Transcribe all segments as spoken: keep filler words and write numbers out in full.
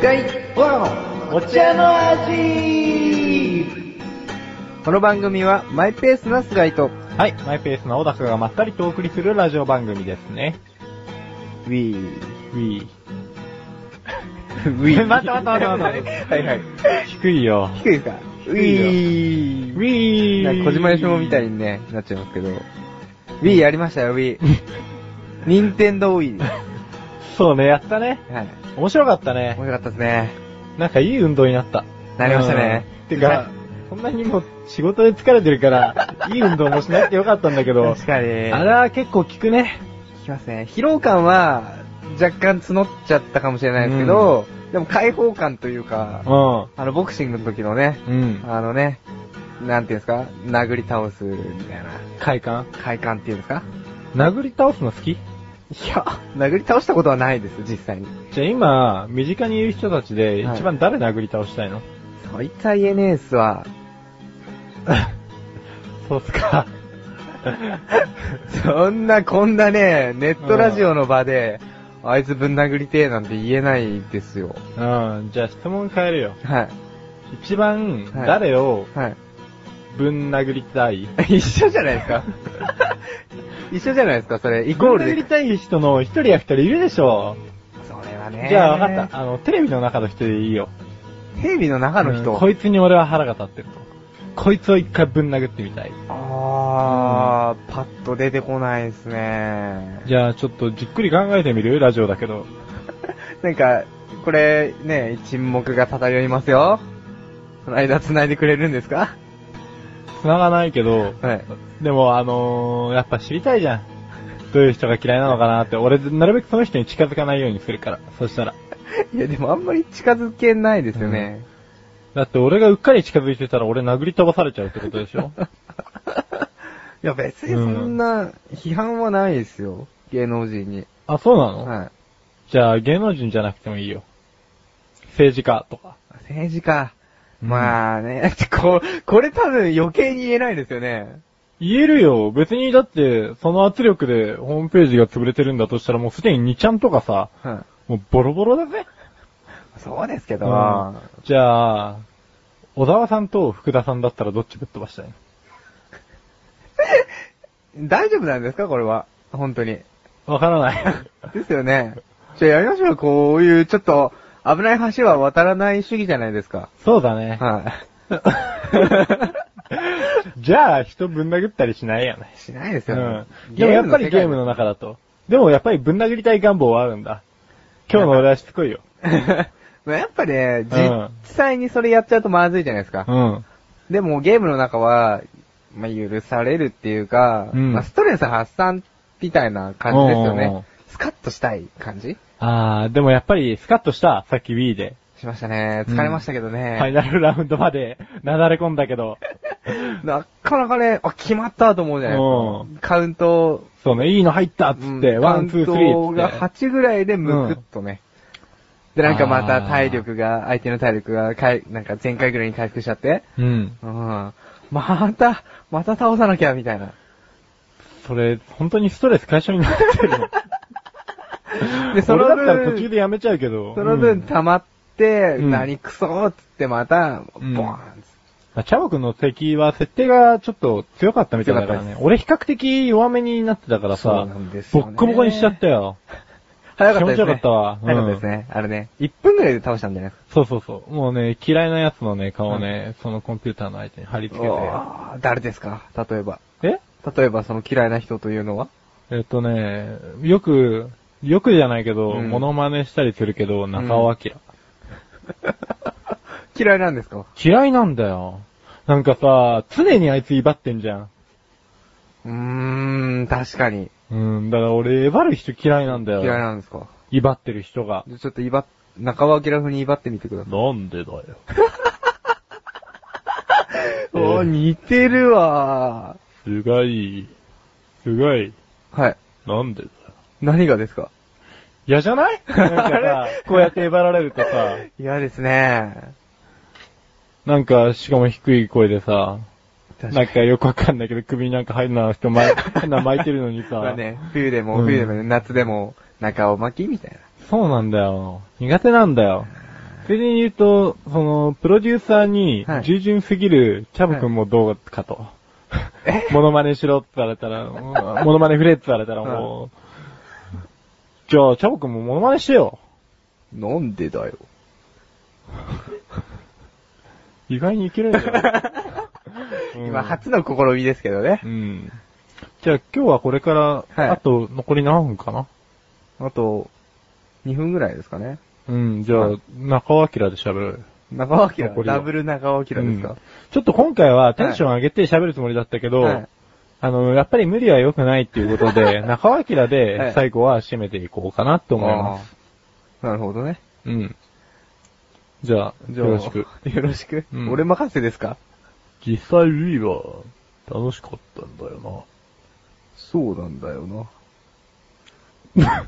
いボロのお茶の味。この番組はマイペースな菅井と、 はい、マイペースな小高がまったりとお送りするラジオ番組ですね。 ウィー、 ウィー。 ウィー。 待って待って待って待って。 はいはい。 低いよ。 低いですか？ウィー。 ウィー。 なんか小島よしもみたいにね、なっちゃいますけど。ウィーやりましたよ、ウィー。任天堂ウィー。 そうね、やったね。 はい。 面白かったね。 面白かったですね。 なんかいい運動になった。 なりましたね。 てか、そんなにもう仕事で疲れてるから、いい運動もしなくてよかったんだけど、 確かに。 あれは結構効くね。 効きますね。疲労感は若干募っちゃったかもしれないですけど、うん、でも解放感というか、うん、あのボクシングの時のね、うん、あのね、なんていうんですか、殴り倒すみたいな。 快感快感っていうんですか？ 殴り倒すの好き？ いや、殴り倒したことはないです、実際に。 じゃあ今、身近にいる人たちで一番誰殴り倒したいの？はい、 そいつは言えねえっすわ。 そうっすか。 そんな、こんなね、ネットラジオの場で、うん、あいつぶん殴りてえなんて言えないですよ。 うん、じゃあ質問変えるよ。 はい。 一番、誰を、 はい。 ぶん殴りたい？ 一緒じゃないですか。一緒じゃないですか、それ。イコールで。 ぶん殴りたい人の一人や二人いるでしょ。 それはね。 じゃあ分かった。あの、テレビの中の人でいいよ。 テレビの中の人、 うん、こいつに俺は腹が立ってると。こいつを一回ぶん殴ってみたい。 あー、うん、パッと出てこないですね。 じゃあちょっとじっくり考えてみる？ラジオだけど。 なんか、これ、ね、沈黙が漂いますよ。その間繋いでくれるんですか？ 繋がないけど、 はい。 でもあのー、やっぱ知りたいじゃん。どういう人が嫌いなのかなって。俺、なるべくその人に近づかないようにするから。そしたら。 いや、でもあんまり近づけないですよね。 うん、だって俺がうっかり近づいてたら俺殴り飛ばされちゃうってことでしょ？ いや、別にそんな批判はないですよ。芸能人に。 あ、そうなの？ はい。 じゃあ芸能人じゃなくてもいいよ。政治家とか。 政治家。まあね、こ、これ多分余計に言えないですよね。 言えるよ。別にだって、その圧力でホームページが潰れてるんだとしたらもうすでににちゃんとかさ、うん、もうボロボロだぜ。 そうですけど、うん、 じゃあ、小沢さんと福田さんだったらどっちぶっ飛ばしたいの？大丈夫なんですかこれは。本当に。 わからない。 ですよね。じゃあやりましょう。こういうちょっと危ない橋は渡らない主義じゃないですか。 そうだね。 はい。 じゃあ、人ぶん殴ったりしないよね。 しないですよね。 うん。でもやっぱりゲームの中だと。でもやっぱりぶん殴りたい願望はあるんだ。今日の俺はしつこいよ。 やっぱね、実際にそれやっちゃうとまずいじゃないですか。 うん。 でもゲームの中は、まあ、許されるっていうか、うん、まあ、ストレス発散みたいな感じですよね。おうおうスカッとしたい感じ？ あー、でもやっぱりスカッとした、さっき Wii で。 しましたね。疲れましたけどね。 うん、ファイナルラウンドまでなだれ込んだけど。 なかなかね、あ、決まったと思うじゃないですか。カウント。 そうね、いいの入ったっつって、ワン、ツー、スリーって。カウントがはちぐらいでムクッとね。うん、で、なんかまた体力が、相手の体力がかい、なんか前回ぐらいに回復しちゃって。うん。うん。また、また倒さなきゃ、みたいな。 それ、本当にストレス解消になってるの。で、その分、俺だったら途中でやめちゃうけど。 その分溜まって、うん、何クソーっつってまた、ボーン、 うん、チャボくんの敵は設定がちょっと強かったみたいだからね。俺比較的弱めになってたからさ、ね、ボッコボコにしちゃったよ。 早かったですね。 気持ちよかったわ。 早かったですね。あれね、いっぷんぐらいで倒したんじゃないですか。 そうそうそう。もうね、嫌いなやつのね、顔をね、うん、そのコンピューターの相手に貼り付けて。 誰ですか？例えば。 え？ 例えばその嫌いな人というのは？ えっとね、よく、よくじゃないけど、うん、モノマネしたりするけど、中尾明。うん、 嫌いなんですか？ 嫌いなんだよ。なんかさ、常にあいつ威張ってんじゃん。 うーん、確かに。 うん、だから俺、威張る人嫌いなんだよ。 嫌いなんですか？ 威張ってる人が。 ちょっと威張っ、中尾明風に威張ってみてください。 なんでだよ。 おー、似てるわー。すごい。すごい。 はい。 なんでだよ。 何がですか？ 嫌じゃない？なんかさ、こうやって威張られるとさ。 嫌ですね。 なんか、しかも低い声でさ、なんかよくわかんないけど首になんか入るな人巻い、変な巻いてるのにさ。 まあね、冬でも、冬でも、ね、夏でも、中尾巻きみたいな。 そうなんだよ。苦手なんだよ。 それで言うと、その、プロデューサーに、従順すぎるチャブくんもどうかと。はい、モノマネしろって言われたら、モノマネ振れって言われたらもう、はい、じゃあ、チャブくんもモノマネしてよ。 なんでだよ。 意外にいけるんだよ。 うん、今、初の試みですけどね。 うん。じゃあ、今日はこれから、はい、あと、残り何分かな？ あと、にふんぐらいですかね。 うん、じゃあ、中尾明で喋る。 中尾明ダブル中尾明ですか、うん、 ちょっと今回はテンション上げて喋るつもりだったけど、はい、あの、やっぱり無理は良くないっていうことで、中尾明で最後は締めていこうかなって思います。 なるほどね。 うん。じゃあ、よろしく。 よろしく、うん、俺任せですか？ 実際ルイは楽しかったんだよな。 そうなんだよな。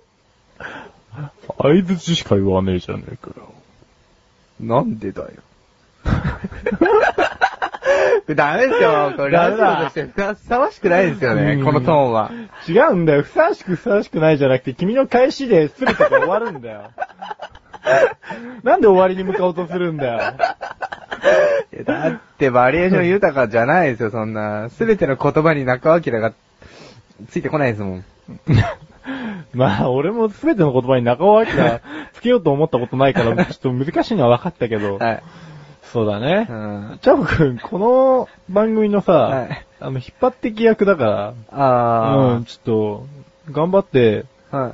相槌しか言わねえじゃねえかよ。 なんでだよ。ダメですよ。これラジオとしてふさわしくないですよね、このトーンは。 違うんだよ。ふさわしくふさわしくないじゃなくて、君の返しで全てが終わるんだよ。なんで終わりに向かおうとするんだよ。 だってバリエーション豊かじゃないですよ、そんな。全ての言葉に中尾明がついてこないですもん。 まあ、俺も全ての言葉に中尾明つけようと思ったことないから、ちょっと難しいのは分かったけど。はい。そうだね。うん。チャボくん、この番組のさ、はい、あの、引っ張ってき役だから、ああ。うん、ちょっと、頑張って、はい。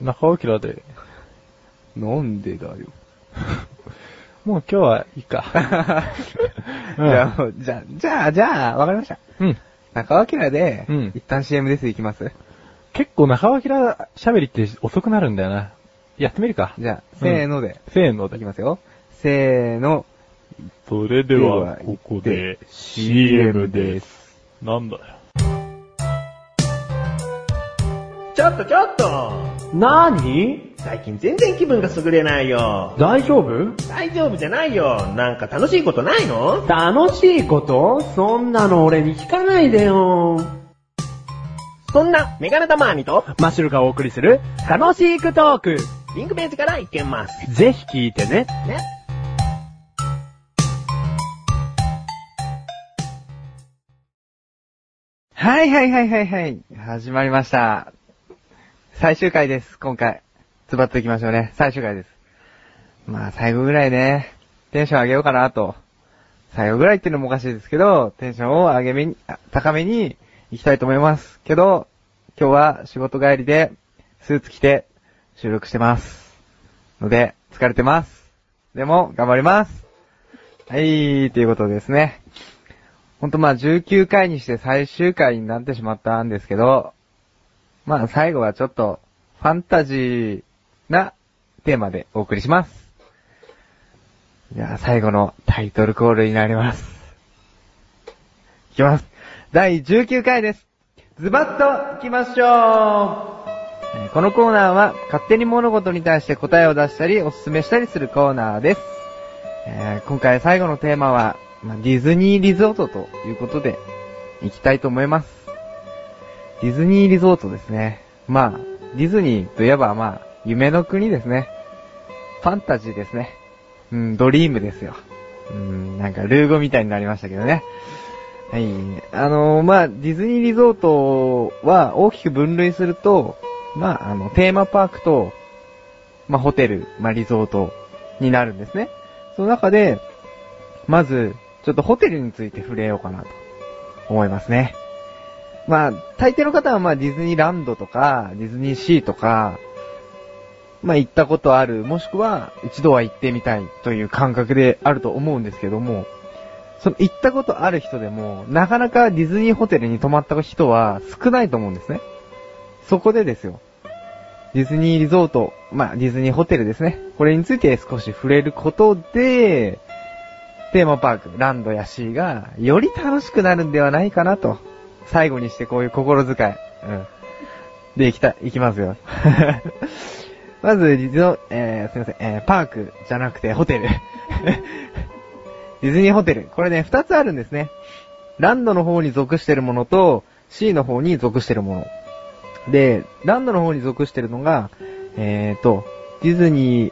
中尾明で。 なんでだよ。 もう今日はいいか。 うん、じゃあ、じゃあ、じゃあ、じゃあ、わかりました。うん。中尾明で、うん、一旦 シーエム ですいきます？ 結構中尾明喋りって遅くなるんだよな。やってみるか。 じゃあ、せーので。うん、 せーので。 いきますよ。せーの。 それでは、ここで シーエム です。なんだよ。 ちょっとちょっとなーに？ 最近全然気分が優れないよ。 大丈夫？ 大丈夫じゃないよ。なんか楽しいことないの？ 楽しいこと？そんなの俺に聞かないでよ。 そんなメガネタマーニとマッシュルがお送りする楽しいクトーク。 リンクページから行けます。 ぜひ聞いてね。ね。 はいはいはいはいはい。始まりました。最終回です、今回。ズバッといきましょうね。最終回です。まあ最後ぐらいね、テンション上げようかなと。最後ぐらいっていうのもおかしいですけど、テンションを上げめに、高めに行きたいと思います。けど、今日は仕事帰りで、スーツ着て収録してます。ので、疲れてます。でも、頑張ります。はい、ということですね。ほんとまあじゅうきゅうかいにして最終回になってしまったんですけど、まあ最後はちょっとファンタジーなテーマでお送りします。じゃあ最後のタイトルコールになります。いきます。だいじゅうきゅうかいです。ズバッといきましょう。このコーナーは勝手に物事に対して答えを出したりおすすめしたりするコーナーです。えー、今回最後のテーマは、まあ、ディズニーリゾートということでいきたいと思います。ディズニーリゾートですね。まあ、ディズニーといえばまあ、夢の国ですね。ファンタジーですね。うん、ドリームですよ。うん、なんかルー語みたいになりましたけどね。はい。あのー、まあ、ディズニーリゾートは大きく分類すると、まあ、あの、テーマパークと、まあ、ホテル、まあ、リゾートになるんですね。その中で、まず、ちょっとホテルについて触れようかなと思いますね。まあ、大抵の方はまあディズニーランドとか、ディズニーシーとか、まあ行ったことある、もしくは一度は行ってみたいという感覚であると思うんですけども、その行ったことある人でも、なかなかディズニーホテルに泊まった人は少ないと思うんですね。そこでですよ。ディズニーリゾート、まあディズニーホテルですね。これについて少し触れることで、テーマパーク、ランドやシーがより楽しくなるんではないかなと。最後にしてこういう心遣い。うん。で、行きたい、行きますよ。まず、ディズニー、えー、すいません、えー、パークじゃなくてホテル。ディズニーホテル。これね、二つあるんですね。ランドの方に属してるものと、シーの方に属してるもの。で、ランドの方に属してるのが、えーと、ディズニー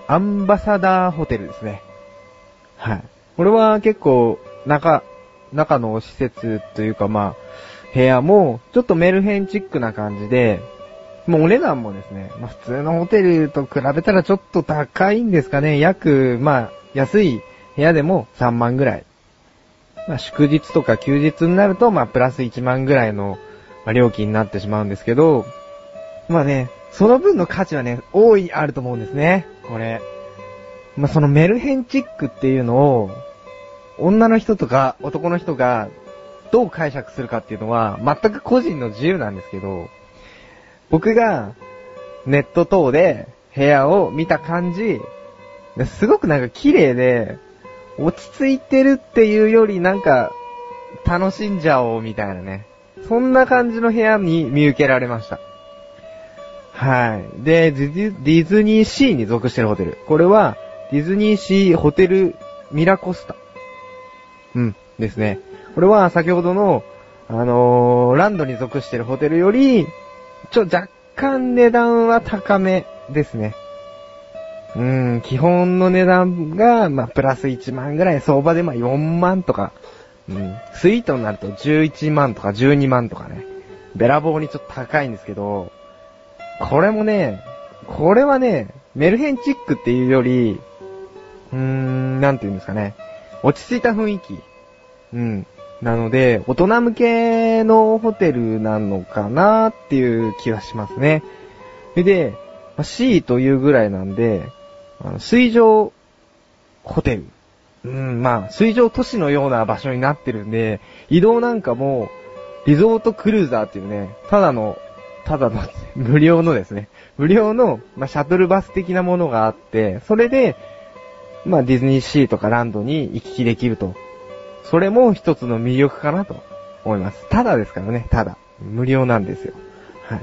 アンバサダーホテルですね。はい。これは結構、中、中の施設というかまあ、部屋も、ちょっとメルヘンチックな感じで、もうお値段もですね、まあ普通のホテルと比べたらちょっと高いんですかね。約、まあ、安い部屋でもさんまんぐらい。まあ祝日とか休日になると、まあプラスいちまんぐらいの、まあ、料金になってしまうんですけど、まあね、その分の価値はね、大いにあると思うんですね。これ。まあそのメルヘンチックっていうのを、女の人とか男の人がどう解釈するかっていうのは全く個人の自由なんですけど、僕がネット等で部屋を見た感じ、すごくなんか綺麗で落ち着いてるっていうよりなんか楽しんじゃおうみたいなね。そんな感じの部屋に見受けられました。はい。で、ディズニーシーに属してるホテル。これはディズニーシーホテルミラコスタ。うんですね。これは先ほどのあのー、ランドに属してるホテルよりちょ、若干値段は高めですね。うーん、基本の値段が、まあ、プラスいちまんぐらい、相場でまあよんまんとか、うん、スイートになるとじゅういちまんとかじゅうにまんとかね、べらぼうにちょっと高いんですけど、これもね、これはね、メルヘンチックっていうより、うーん、なんて言うんですかね、落ち着いた雰囲気。うん。なので、大人向けのホテルなのかなっていう気はしますね。で、C というぐらいなんで、あの水上ホテル。うん、まあ、水上都市のような場所になってるんで、移動なんかも、リゾートクルーザーっていうね、ただの、ただの、無料のですね、無料の、まあ、シャトルバス的なものがあって、それで、まあ、ディズニーシーとかランドに行き来できると。それも一つの魅力かなと思います。ただですからね、ただ。無料なんですよ。はい。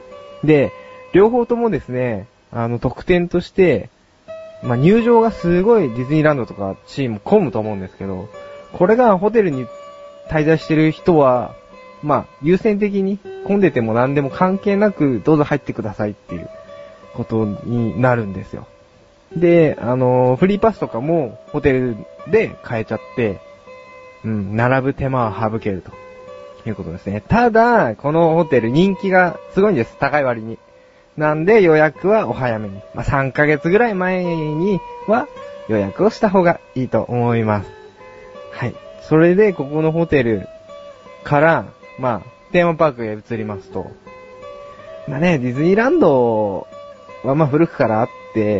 で、両方ともですね、あの、特典として、まあ、入場がすごいディズニーランドとかチーム混むと思うんですけど、これがホテルに滞在してる人は、まあ、優先的に混んでても何でも関係なくどうぞ入ってくださいっていうことになるんですよ。で、あの、フリーパスとかもホテルで買えちゃって、うん、並ぶ手間は省けるということですね。ただ、このホテル人気がすごいんです。高い割に。なんで予約はお早めに。まあ、さんかげつぐらい前には予約をした方がいいと思います。はい。それで、ここのホテルから、まあ、テーマパークへ移りますと。まあね、ディズニーランドはまあ古くからあって、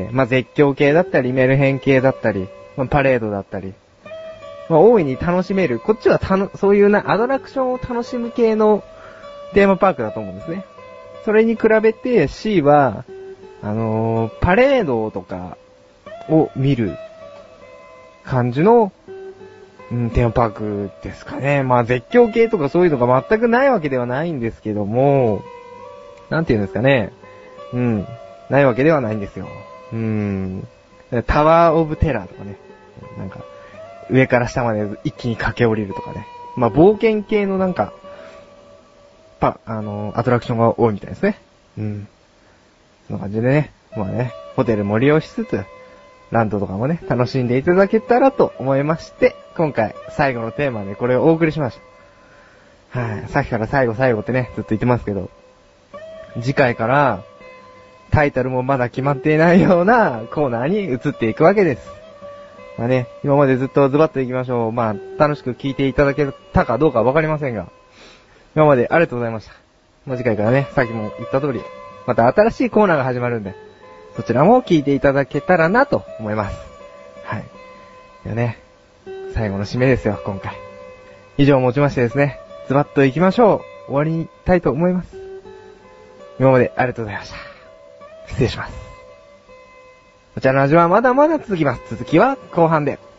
まあ絶叫系だったり、メルヘン系だったり、まあ、パレードだったり、まあ大いに楽しめる。こっちはたの、そういうな、アトラクションを楽しむ系のテーマパークだと思うんですね。それに比べて C は、あのー、パレードとかを見る感じの、うん、テーマパークですかね。まあ絶叫系とかそういうのが全くないわけではないんですけども、なんていうんですかね。うん、ないわけではないんですよ。うん、タワーオブテラーとかね。なんか、上から下まで一気に駆け下りるとかね。まあ冒険系のなんか、パ、あのー、アトラクションが多いみたいですね。うん。そんな感じでね。まあね、ホテルも利用しつつ、ランドとかもね、楽しんでいただけたらと思いまして、今回最後のテーマでこれをお送りしました。はい、さっきから最後最後ってね、ずっと言ってますけど、次回からタイトルもまだ決まっていないようなコーナーに移っていくわけです。まあね、今までずっとズバッといきましょう。まあ、楽しく聞いていただけたかどうかわかりませんが、今までありがとうございました。もう次回からね、さっきも言った通り、また新しいコーナーが始まるんで、そちらも聞いていただけたらなと思います。はい。ではね、最後の締めですよ、今回。以上をもちましてですね、ズバッと行きましょう。終わりたいと思います。今までありがとうございました。失礼します。こちらの味はまだまだ続きます。続きは後半で。